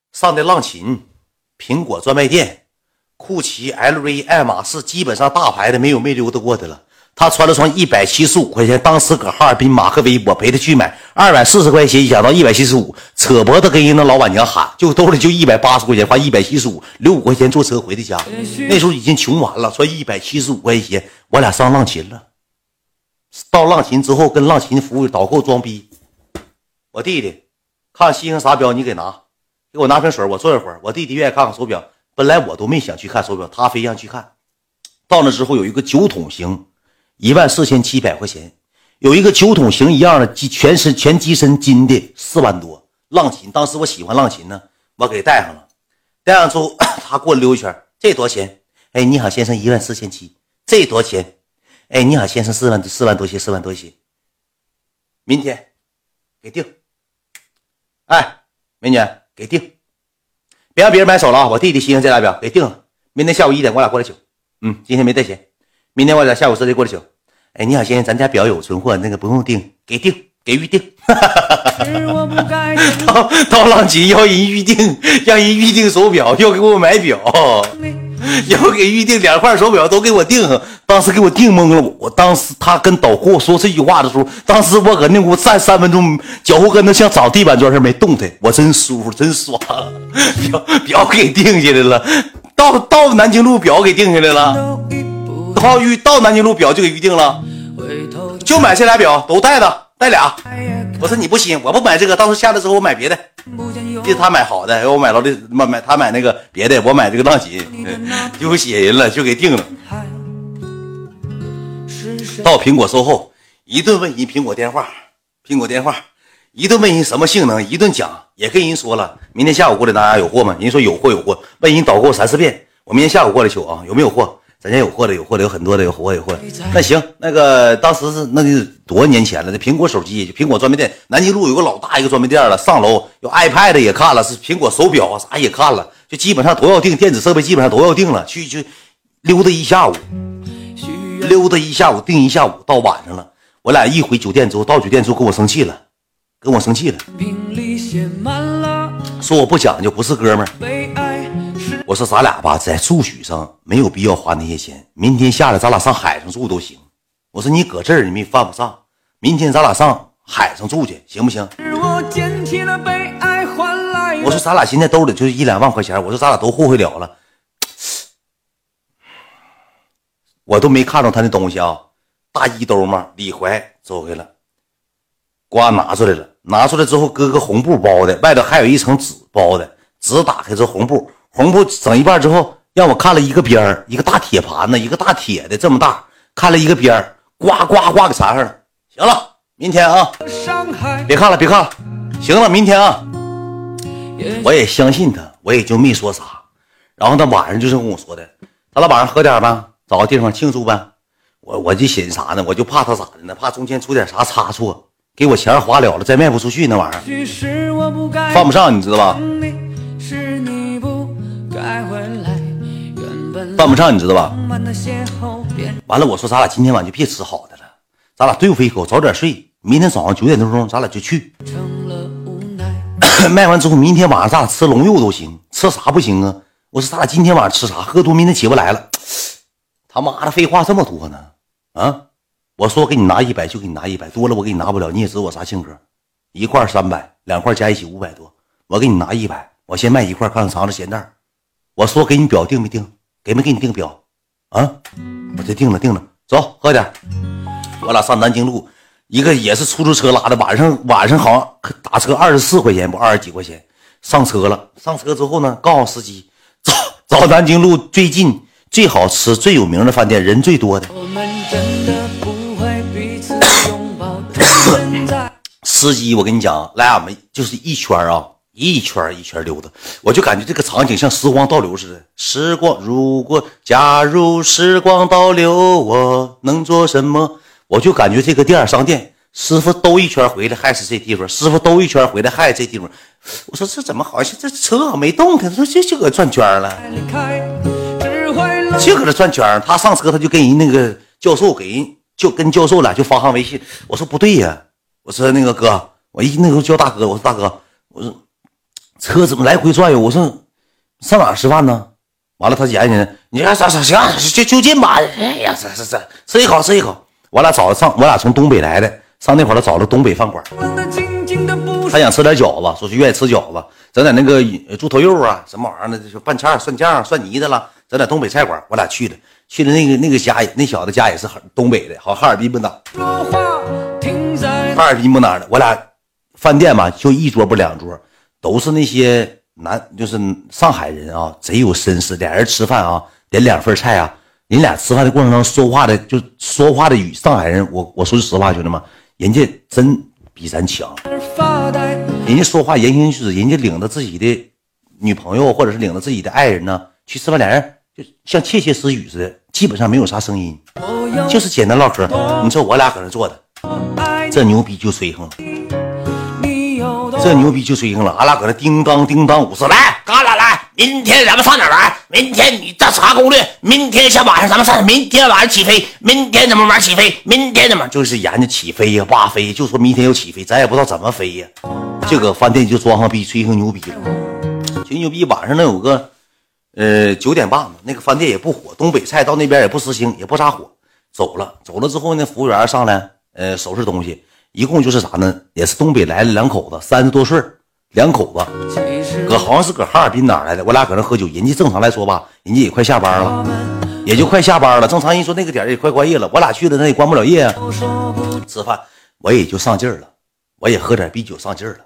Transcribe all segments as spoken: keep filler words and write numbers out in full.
上的浪琴、苹果专卖店、酷奇、L V、爱马仕，基本上大牌的没有没溜达过的了。他穿了双一百七十五块钱，当时搁哈尔滨马克威，我陪他去买二百四十块钱，想到一百七十五，扯脖子跟人那老板娘喊，就兜里就一百八十块钱，花一百七十五，留五块钱坐车回的家。那时候已经穷完了，穿一百七十五块钱，我俩上浪琴了。到浪琴之后，跟浪琴服务导购装逼。我弟弟看西行啥表，你给拿，给我拿瓶水，我坐一会儿。我弟弟愿意看看手表，本来我都没想去看手表，他非让去看。到那之后有一个九筒型。一万四千七百块钱，有一个九筒型一样的全身全机身金的四万多。浪琴，当时我喜欢浪琴呢，我给戴上了。戴上之后，他给我溜一圈，这多少钱？哎，你好，先生，一万四千七。这多少钱？哎，你好，先生，四万四万多些，四万多些。明天给定。哎，美女给定，别让别人买手了啊！我弟弟心上这俩表给定了，明天下午一点我俩过来取。嗯，今天没带钱。明天我俩下午四点过来取。哎，你好先生，咱家表有存货，那个不用定，给定，给预定。到到浪琴要人预定，让人预定手表，要给我买表，要给预定两块手表都给我定。当时给我定懵了，我当时他跟导购说这句话的时候，当时我搁那屋站三分钟，脚后跟子像长地板砖似的没动弹，我真舒服，真爽，表表给定下来了，到到南京路表给定下来了。到预到南京路表就给预定了，就买这俩表都带的，带俩。我说你不行，我不买这个，到时候下来之后我买别的。这他买好的，我买到的买买他买那个别的，我买这个浪琴，就写人了，就给定了。到苹果售后，一顿问人苹果电话，苹果电话，一顿问人什么性能，一顿讲，也跟人说了，明天下午过来拿有货吗？人说有货有货，问人导购三四遍，我明天下午过来取啊，有没有货？咱家有货的，有货的，有很多的，有货有货的。那行，那个当时是那是多少年前了？那苹果手机，就苹果专卖店，南京路有个老大一个专卖店了。上楼有 iPad 也看了，是苹果手表啥也看了，就基本上都要定，电子设备基本上都要定了。去去溜达一下午，溜达一下午，定一下午，到晚上了。我俩一回酒店之后，到酒店之后跟我生气了，跟我生气了，说我不讲究，不是哥们儿。我说咱俩吧，在住宿上没有必要花那些钱，明天下来咱俩上海上住都行。我说你搁这儿你没犯不上，明天咱俩上海上住去行不行？我说咱俩现在兜里就是一两万块钱，我说咱俩都互惠了了。我都没看着他那东西啊，大衣兜嘛，里怀走开了，瓜拿出来了，拿出来之后搁个红布包的，外头还有一层纸包的，纸打开这红布。红布整一半之后，让我看了一个边儿，一个大铁盘子，一个大铁的这么大，看了一个边儿，呱呱呱给缠上了。行了，明天啊，别看了，别看了，行了，明天啊，我也相信他，我也就没说啥。然后他晚上就是跟我说的，咱俩晚上喝点吧，找个地方庆祝呗。我我就寻思啥呢？我就怕他咋的呢？怕中间出点啥差错，给我钱花了了，再卖不出去那玩意儿，犯不上，你知道吧？犯不上，你知道吧？完了，我说咱俩今天晚就别吃好的了，咱俩对付一口，早点睡，明天早上九点多钟咱俩就去。卖完之后，明天晚上咱俩吃龙肉都行，吃啥不行啊？我说咱俩今天晚上吃啥？喝多明天起不来了。他妈的，废话这么多呢？啊！我说给你拿一百就给你拿一百，多了我给你拿不了，你也知道我啥性格，一块三百，两块加一起五百多，我给你拿一百，我先卖一块看看尝尝咸淡。我说给你表定没定？给没给你定表啊？我就定了定了，走喝点。我俩上南京路，一个也是出租车拉的，晚上晚上好像打车二十四块钱不二十几块钱，上车了。上车之后呢，告诉司机找找南京路最近最好吃最有名的饭店，人最多的。司机我跟你讲，来俺们就是一圈啊，一圈一圈溜达，我就感觉这个场景像时光倒流似的。时光如果假如时光倒流，我能做什么？我就感觉这个店商店师傅兜一圈回来还是这地方，师傅兜一圈回来还是这地方。我说这怎么好像这车好像没动弹，说这就搁转圈了，就搁这转圈。他上车他就跟人那个教授给人就跟教授俩就发上微信。我说不对呀，我说那个哥，我一那个叫大哥，我说大哥，我说车怎么来回转悠？我说上哪吃饭呢？完了他研究，你看啥啥行，就就近吧。哎呀，这这这吃一口吃一口。我俩找上，我俩从东北来的，上那会儿找了东北饭馆。他想吃点饺子，说是愿意吃饺子，整点那个猪头肉啊，什么玩意儿的，就拌馅、蒜酱、蒜泥的了，整点东北菜馆。我俩去了，去了那个那个家，那小子家也是东北的，好哈尔滨不哪，哈尔滨不哪的。我俩饭店嘛，就一桌不两桌，都是那些男，就是上海人啊，贼有绅士。俩人吃饭啊，点两份菜啊，人俩吃饭的过程中说话的，就说话的语，上海人，我我说句实话，兄弟们，人家真比咱强。人家说话言行举止，人家领着自己的女朋友或者是领着自己的爱人呢去吃饭，俩人就像窃窃私语似的，基本上没有啥声音，就是简单唠嗑。你说我俩搁那坐的，这牛逼就吹哼了，这牛逼就吹哼了，俺俩搁那叮当叮当五四，来，咱俩来，明天咱们上哪玩？明天你这啥攻略？明天下晚上咱们上，明天晚上起飞，明天怎么玩起飞？明天怎么就是研究起飞呀、挖飞，就说明天要起飞，咱也不知道怎么飞呀。这个饭店就装上逼，吹哼牛逼了，吹牛逼。晚上能有个呃九点半，那个饭店也不火，东北菜到那边也不实行，也不咋火。走了，走了之后呢，服务员上来呃收拾东西，一共就是啥呢？也是东北来了两口子，三十多岁，两口子，搁好像是搁哈尔滨哪来的。我俩搁那喝酒，人家正常来说吧，人家也快下班了，也就快下班了。正常人说那个点也快关业了，我俩去的那也关不了业啊。吃饭我也就上劲儿了，我也喝点啤酒上劲儿了。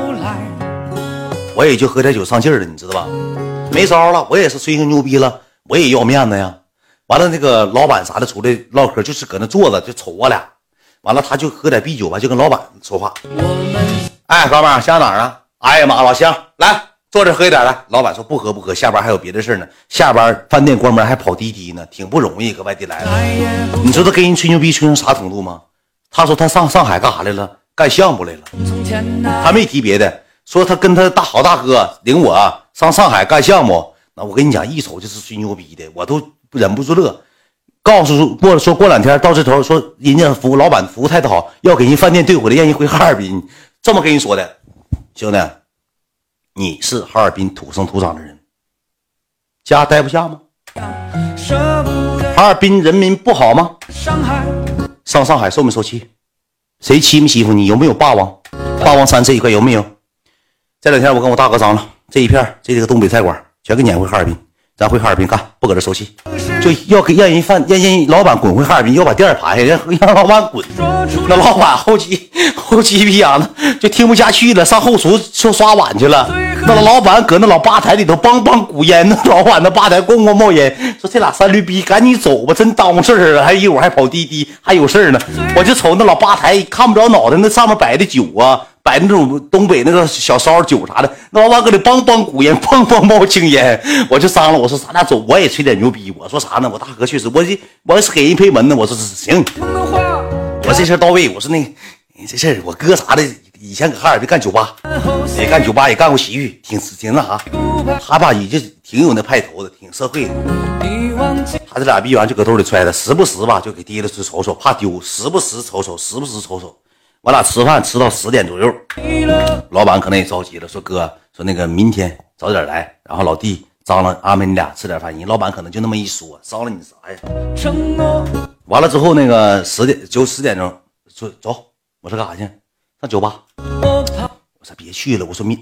我也就喝点酒上劲儿了，你知道吧？没招了，我也是吹牛牛逼了，我也要面子呀。完了，那个老板啥的出来唠嗑，就是搁那坐着就瞅我俩。完了，他就喝点啤酒吧，就跟老板说话。哎，哥们儿，下哪儿啊？哎呀妈，老乡，来坐这喝一点来。老板说不喝不喝，下班还有别的事呢。下班饭店关门还跑滴滴呢，挺不容易，搁外地来的。你知道跟人吹牛逼吹成啥程度吗？他说他上上海干啥来了？干项目来了。他没提别的，说他跟他大好大哥领我上上海干项目。那我跟你讲，一瞅就是吹牛逼的，我都忍不住乐。告诉过说过两天到这头，说人家服务老板服务态度好，要给人饭店兑回来，让人回哈尔滨。这么跟人说的，兄弟，你是哈尔滨土生土长的人，家待不下吗？哈尔滨人民不好吗？上上海受没受气？谁欺没欺负你？有没有霸王？霸王山这一块有没有？这两天我跟我大哥商量，这一片这个东北菜馆全给撵回哈尔滨，咱回哈尔滨干，不搁这受气，就要给让人饭让人老板滚回哈尔滨，要把店盘下，让让老板滚。那老板后期后期逼样子就听不下去了，上后厨就刷碗去了。那老板搁那老吧台里头梆梆鼓烟，那老板那吧台咣咣冒烟，说这俩三驴逼赶紧走吧，真耽误事儿啊！还一会儿还跑滴滴，还有事儿呢。我就瞅那老吧台看不着脑袋，那上面摆的酒啊，摆那种东北那个小烧酒啥的，那老板搁里梆梆鼓烟，梆梆冒青烟。我就商量，我说咱俩走，我也吹点牛逼。我说啥呢？我大哥确实，我这我是给人赔门呢。我说行，我这事到位。我说那个这事儿，我哥啥的以前搁哈尔滨干酒吧，也干酒吧，也干过洗浴，挺挺那啥。他吧也就挺有那派头的，挺社会的。他这俩逼完就搁兜里揣着，时不时吧就给提了去瞅瞅，怕丢，时不时瞅瞅，时不时瞅瞅。我俩吃饭吃到十点左右，老板可能也着急了，说哥，说那个明天早点来，然后老弟张罗安排你俩吃点饭。人老板可能就那么一说，招了你啥呀？完了之后那个十点就十点钟说走，我说干啥去？上酒吧。我说别去了，我说明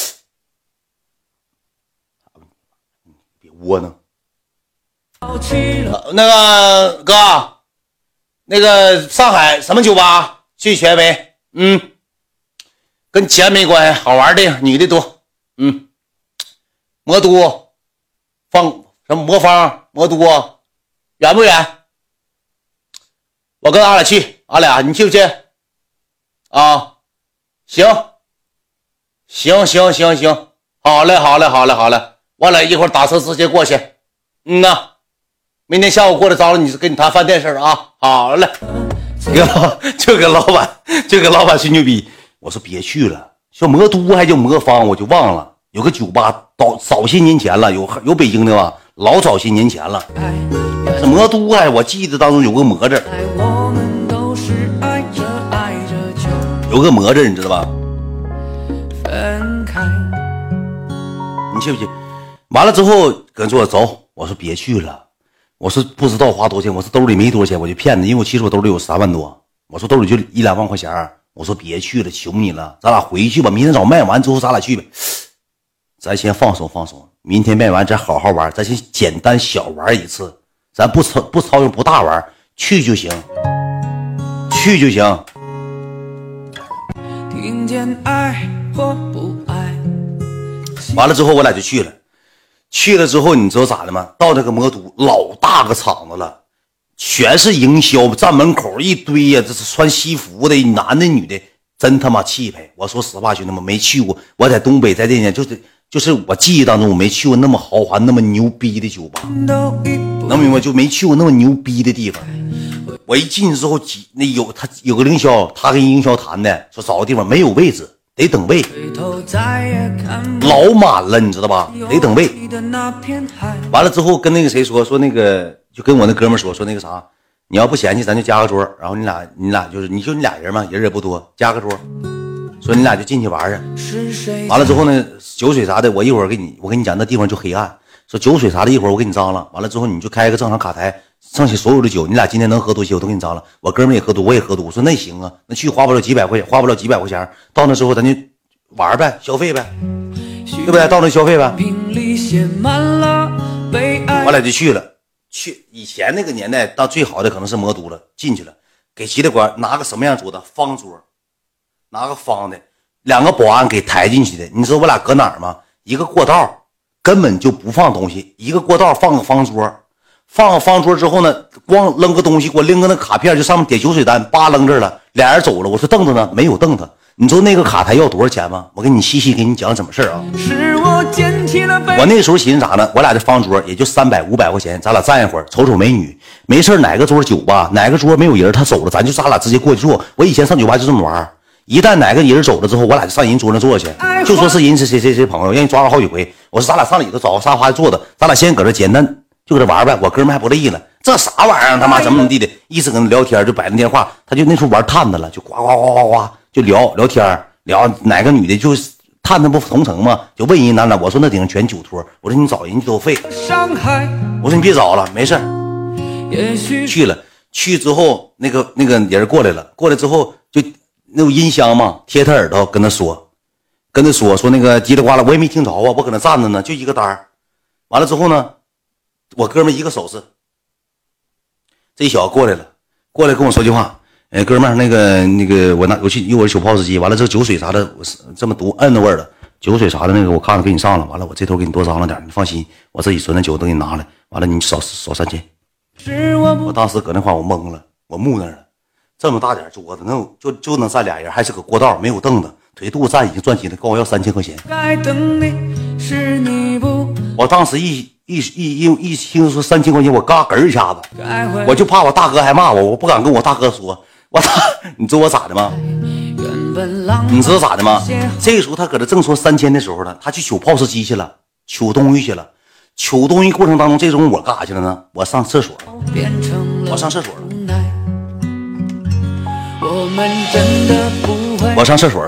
别窝囊。那个哥，那个上海什么酒吧去全没？嗯，跟钱没关系，好玩的女的多。嗯，魔都方什么魔方魔都远不远？我跟俺俩去，俺俩你去不去？啊，行，行行行行，好嘞好嘞好嘞好嘞，我俩一会儿打车直接过去。嗯呐，明天下午过来找你，跟你谈饭店事啊。好嘞，就跟老板就跟老板吹牛逼。我说别去了，叫魔都还叫魔方，我就忘了。有个酒吧早早些年前了，有有北京的吧，老早些年前了。这魔都还我记得当中有个魔字，有个魔字，你知道吧？ 你去不去？完了之后跟说走，我说别去了，我说不知道花多少钱，我说兜里没多少钱，我就骗他，因为我其实我兜里有三万多，我说兜里就一两万块钱，我说别去了，求你了，咱俩回去吧，明天早卖完之后咱俩去呗，咱先放松放松，明天卖完咱好好玩，咱先简单小玩一次，咱不操不操用不大玩，去就行，去就行。听见爱或不爱，完了之后我俩就去了。去了之后你知道咋的吗？到那个魔都老大个场子了，全是营销，站门口一堆呀、啊，这是穿西服的男的女的，真他妈气派。我说实话兄弟们，没去过，我在东北在这边就是就是我记忆当中我没去过那么豪华那么牛逼的酒吧，能明白？就没去过那么牛逼的地方。我一进去之后那有他有个营销，他跟营销谈的说找个地方没有位置得等位，老满了你知道吧，得等位。完了之后跟那个谁说说那个就跟我那哥们说说那个啥，你要不嫌弃咱就加个桌，然后你俩你俩就是你就你俩人嘛，人也不多，加个桌，说你俩就进去玩去。完了之后呢酒水啥的我一会儿给你我跟你讲那地方就黑暗，说酒水啥的一会儿我给你张了，完了之后你就开一个正常卡台，剩下所有的酒你俩今天能喝多些我都给你张了，我哥们也喝多我也喝多，我说那行啊，那去花不了几百块钱，花不了几百块钱，到那之后咱就玩呗，消费呗，对不对？到那消费呗。我俩就去了，去以前那个年代到最好的可能是魔都了，进去了给齐的官拿个什么样桌子，方桌，拿个方的，两个保安给抬进去的。你知道我俩搁哪儿吗？一个过道根本就不放东西，一个过道放个方桌，放个方桌之后呢，光扔个东西给我拎个那卡片，就上面点酒水单，叭扔这儿了，俩人走了。我说凳子呢？没有凳子。你知道那个卡台要多少钱吗？我给你细细给你讲怎么事啊。我那时候寻思啥呢？我俩这方桌也就三百五百块钱，咱俩站一会儿，瞅瞅美女，没事哪个桌酒吧，哪个桌没有人，他走了，咱就咱俩直接过去坐。我以前上酒吧就这么玩，一旦哪个人走了之后，我俩就上人桌上坐去，就说是人是谁谁谁朋友，让人抓了好几回。我说咱俩上里头找个沙发坐的，咱俩先搁这简单就搁这玩呗。我哥们还不乐意了，这啥玩意儿？他妈怎么怎么地的，一直跟他聊天，就摆那电话，他就那时候玩探的了，就呱呱呱呱呱就聊聊天，聊哪个女的就探他不同城吗？就问人哪哪，我说那顶上全酒托，我说你找人家都废，我说你别找了，没事。去了，去之后那个那个人过来了，过来之后就那种音箱嘛，贴他耳朵跟他说，跟他说说那个叽里呱啦，我也没听着啊，我搁那站着呢，就一个单儿。完了之后呢，我哥们一个手势，这一小子过来了，过来跟我说句话。哎，哥们儿，那个那个，我拿我去有我手 P O S 机，完了这酒水啥的，我这么毒摁的味儿的酒水啥的，那个我看着给你上了，完了我这头给你多张了点，你放心，我自己存的酒都给你拿来，完了你少少三千。我当时搁那块我懵了，我木那了，这么大点桌子，能就就能站俩人，还是个过道，没有凳子，腿肚子站已经转起来，跟我要三千块钱。我当时一一一一一听说三千块钱，我嘎嗝一下子，我就怕我大哥还骂我，我不敢跟我大哥说。我操！你知道我咋的吗？你知道咋的吗？这个时候他搁这正说三千的时候呢，他去取 P O S 机去了，取东西去了。取东西过程当中，这种我干啥去了呢？我上厕所了，我上厕所了，我上厕所了。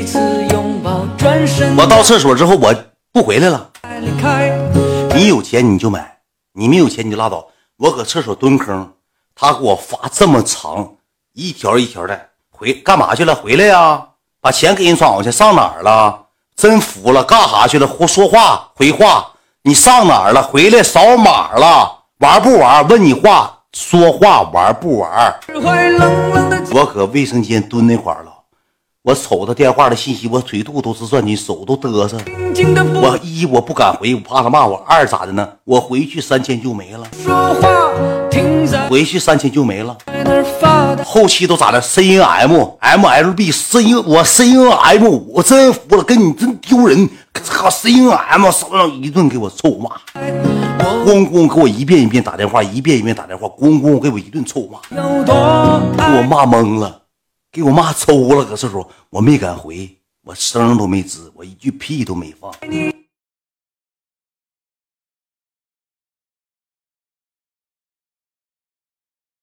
我到厕所之后，我不回来了。你有钱你就买，你没有钱你就拉倒。我搁厕所蹲坑，他给我发这么长。一条一条的回干嘛去了？回来呀！把钱给人转过去，上哪儿了？真服了，干啥去了？胡说话回话，你上哪儿了？回来扫码了？玩不玩？问你话说话玩不玩？我搁卫生间蹲那块儿了，我瞅他电话的信息，我腿肚都直转筋，手都嘚瑟。我一我不敢回，我怕他骂我；二咋的呢？我回去三千就没了。回去三千就没了，后期都咋的 ？C N M、M L B、C N 我 C N M， 我真服了，跟你真丢人！靠 C N M 上一顿给我臭骂，咣咣给我一遍一遍打电话，一遍一遍打电话，咣咣给我一顿臭骂，给我骂懵了，给我骂抽了。可是时候我没敢回，我声都没吱，我一句屁都没放。